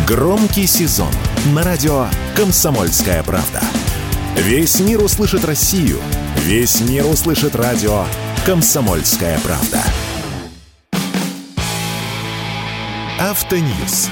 Громкий сезон на радио «Комсомольская правда». Весь мир услышит Россию. Весь мир услышит радио «Комсомольская правда». Автоньюз.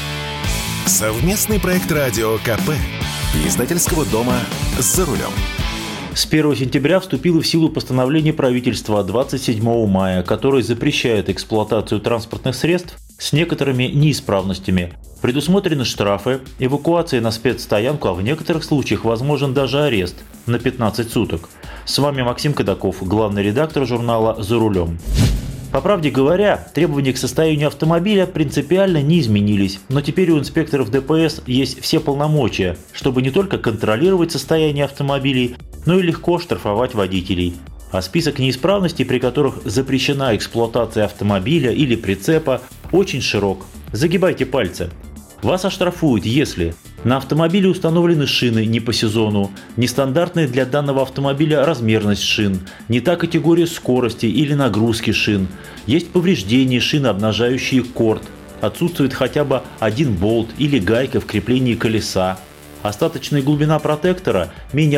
Совместный проект радио КП и издательского дома «За рулем». С 1 сентября вступило в силу постановление правительства 27 мая, которое запрещает эксплуатацию транспортных средств с некоторыми неисправностями. Предусмотрены штрафы, эвакуация на спецстоянку, а в некоторых случаях возможен даже арест на 15 суток. С вами Максим Кадаков, главный редактор журнала «За рулем». По правде говоря, требования к состоянию автомобиля принципиально не изменились, но теперь у инспекторов ДПС есть все полномочия, чтобы не только контролировать состояние автомобилей, но и легко штрафовать водителей. А список неисправностей, при которых запрещена эксплуатация автомобиля или прицепа, очень широк. Загибайте пальцы. Вас оштрафуют, если на автомобиле установлены шины не по сезону, нестандартная для данного автомобиля размерность шин, не та категория скорости или нагрузки шин, есть повреждения шины, обнажающие корд, отсутствует хотя бы один болт или гайка в креплении колеса, остаточная глубина протектора менее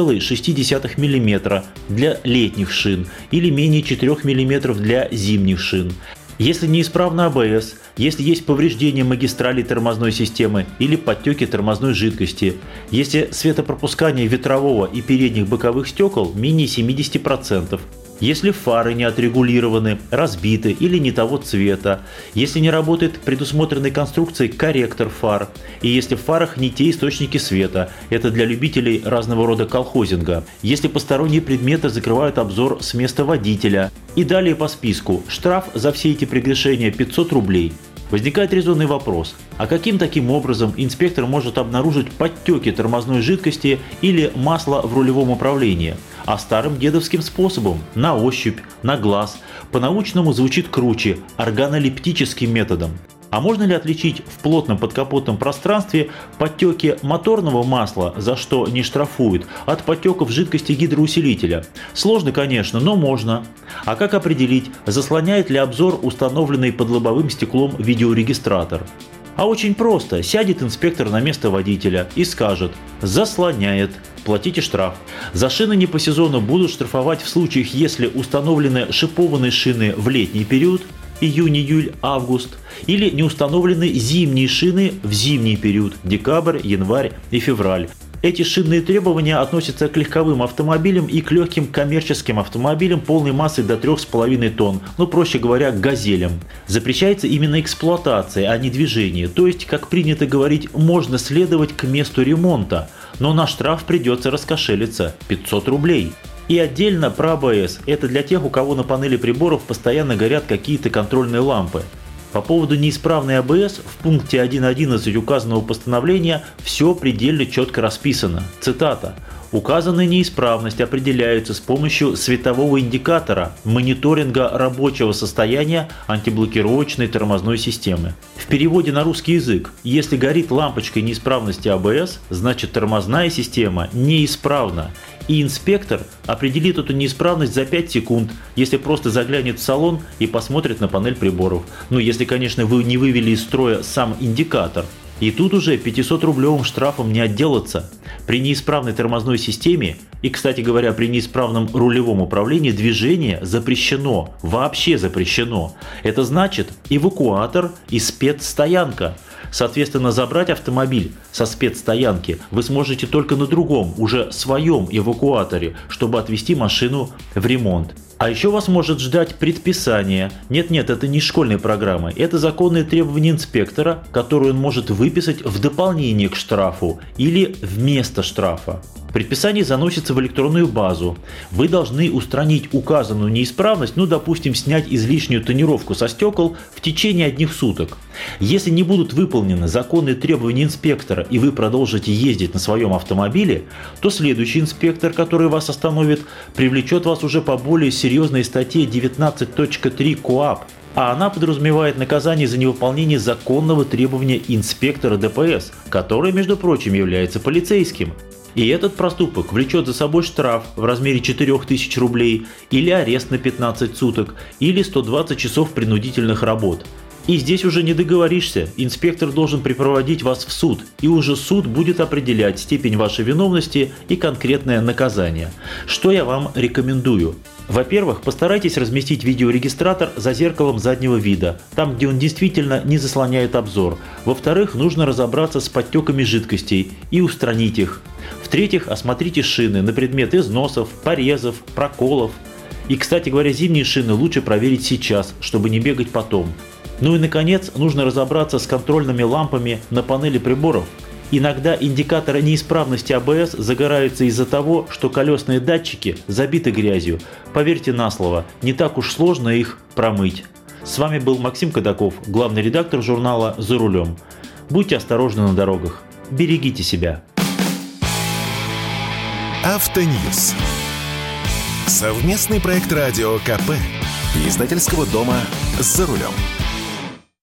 1,6 мм для летних шин или менее 4 мм для зимних шин. Если неисправна АБС, если есть повреждение магистрали тормозной системы или подтеки тормозной жидкости, если светопропускание ветрового и передних боковых стекол менее 70%, если фары не отрегулированы, разбиты или не того цвета, если не работает предусмотренной конструкцией корректор фар, и если в фарах не те источники света, это для любителей разного рода колхозинга, если посторонние предметы закрывают обзор с места водителя. И далее по списку. Штраф за все эти прегрешения 500 рублей. Возникает резонный вопрос, а каким таким образом инспектор может обнаружить подтеки тормозной жидкости или масла в рулевом управлении? А старым дедовским способом, на ощупь, на глаз, по-научному звучит круче, органолептическим методом. А можно ли отличить в плотном подкапотном пространстве подтеки моторного масла, за что не штрафуют, от подтеков жидкости гидроусилителя? Сложно, конечно, но можно. А как определить, заслоняет ли обзор установленный под лобовым стеклом видеорегистратор? А очень просто. Сядет инспектор на место водителя и скажет: «Заслоняет». Платите штраф. За шины не по сезону будут штрафовать в случаях, если установлены шипованные шины в летний период, июнь, июль, август, или не установлены зимние шины в зимний период, декабрь, январь и февраль. Эти шинные требования относятся к легковым автомобилям и к легким коммерческим автомобилям полной массой до 3,5 тонн, проще говоря, газелям. Запрещается именно эксплуатация, а не движение, то есть, как принято говорить, можно следовать к месту ремонта, но на штраф придется раскошелиться – 500 рублей. И отдельно про АБС – это для тех, у кого на панели приборов постоянно горят какие-то контрольные лампы. По поводу неисправной АБС в пункте 1.11 указанного постановления все предельно четко расписано. Цитата. Указанная неисправность определяется с помощью светового индикатора мониторинга рабочего состояния антиблокировочной тормозной системы. В переводе на русский язык, если горит лампочка неисправности АБС, значит тормозная система неисправна. И инспектор определит эту неисправность за 5 секунд, если просто заглянет в салон и посмотрит на панель приборов. Если, конечно, вы не вывели из строя сам индикатор. И тут уже 500-рублевым штрафом не отделаться. При неисправной тормозной системе и, кстати говоря, при неисправном рулевом управлении движение запрещено, вообще запрещено. Это значит эвакуатор и спецстоянка. Соответственно, забрать автомобиль со спецстоянки вы сможете только на другом, уже своем эвакуаторе, чтобы отвезти машину в ремонт. А еще вас может ждать предписание. Нет, это не школьные программы. Это законные требования инспектора, которые он может выписать в дополнение к штрафу или вместо штрафа. Предписание заносится в электронную базу. Вы должны устранить указанную неисправность, допустим, снять излишнюю тонировку со стекол в течение 1 суток. Если не будут выполнены законные требования инспектора и вы продолжите ездить на своем автомобиле, то следующий инспектор, который вас остановит, привлечет вас уже по более серьезной статье 19.3 КоАП. А она подразумевает наказание за невыполнение законного требования инспектора ДПС, который, между прочим, является полицейским. И этот проступок влечет за собой штраф в размере 4000 рублей или арест на 15 суток или 120 часов принудительных работ. И здесь уже не договоришься, инспектор должен припроводить вас в суд, и уже суд будет определять степень вашей виновности и конкретное наказание. Что я вам рекомендую? Во-первых, постарайтесь разместить видеорегистратор за зеркалом заднего вида, там, где он действительно не заслоняет обзор. Во-вторых, нужно разобраться с подтеками жидкостей и устранить их. В-третьих, осмотрите шины на предмет износов, порезов, проколов. И, кстати говоря, зимние шины лучше проверить сейчас, чтобы не бегать потом. Ну и, наконец, нужно разобраться с контрольными лампами на панели приборов. Иногда индикаторы неисправности АБС загораются из-за того, что колесные датчики забиты грязью. Поверьте на слово, не так уж сложно их промыть. С вами был Максим Кадаков, главный редактор журнала «За рулем». Будьте осторожны на дорогах. Берегите себя. Автоньюз. Совместный проект радио КП. Издательского дома «За рулем».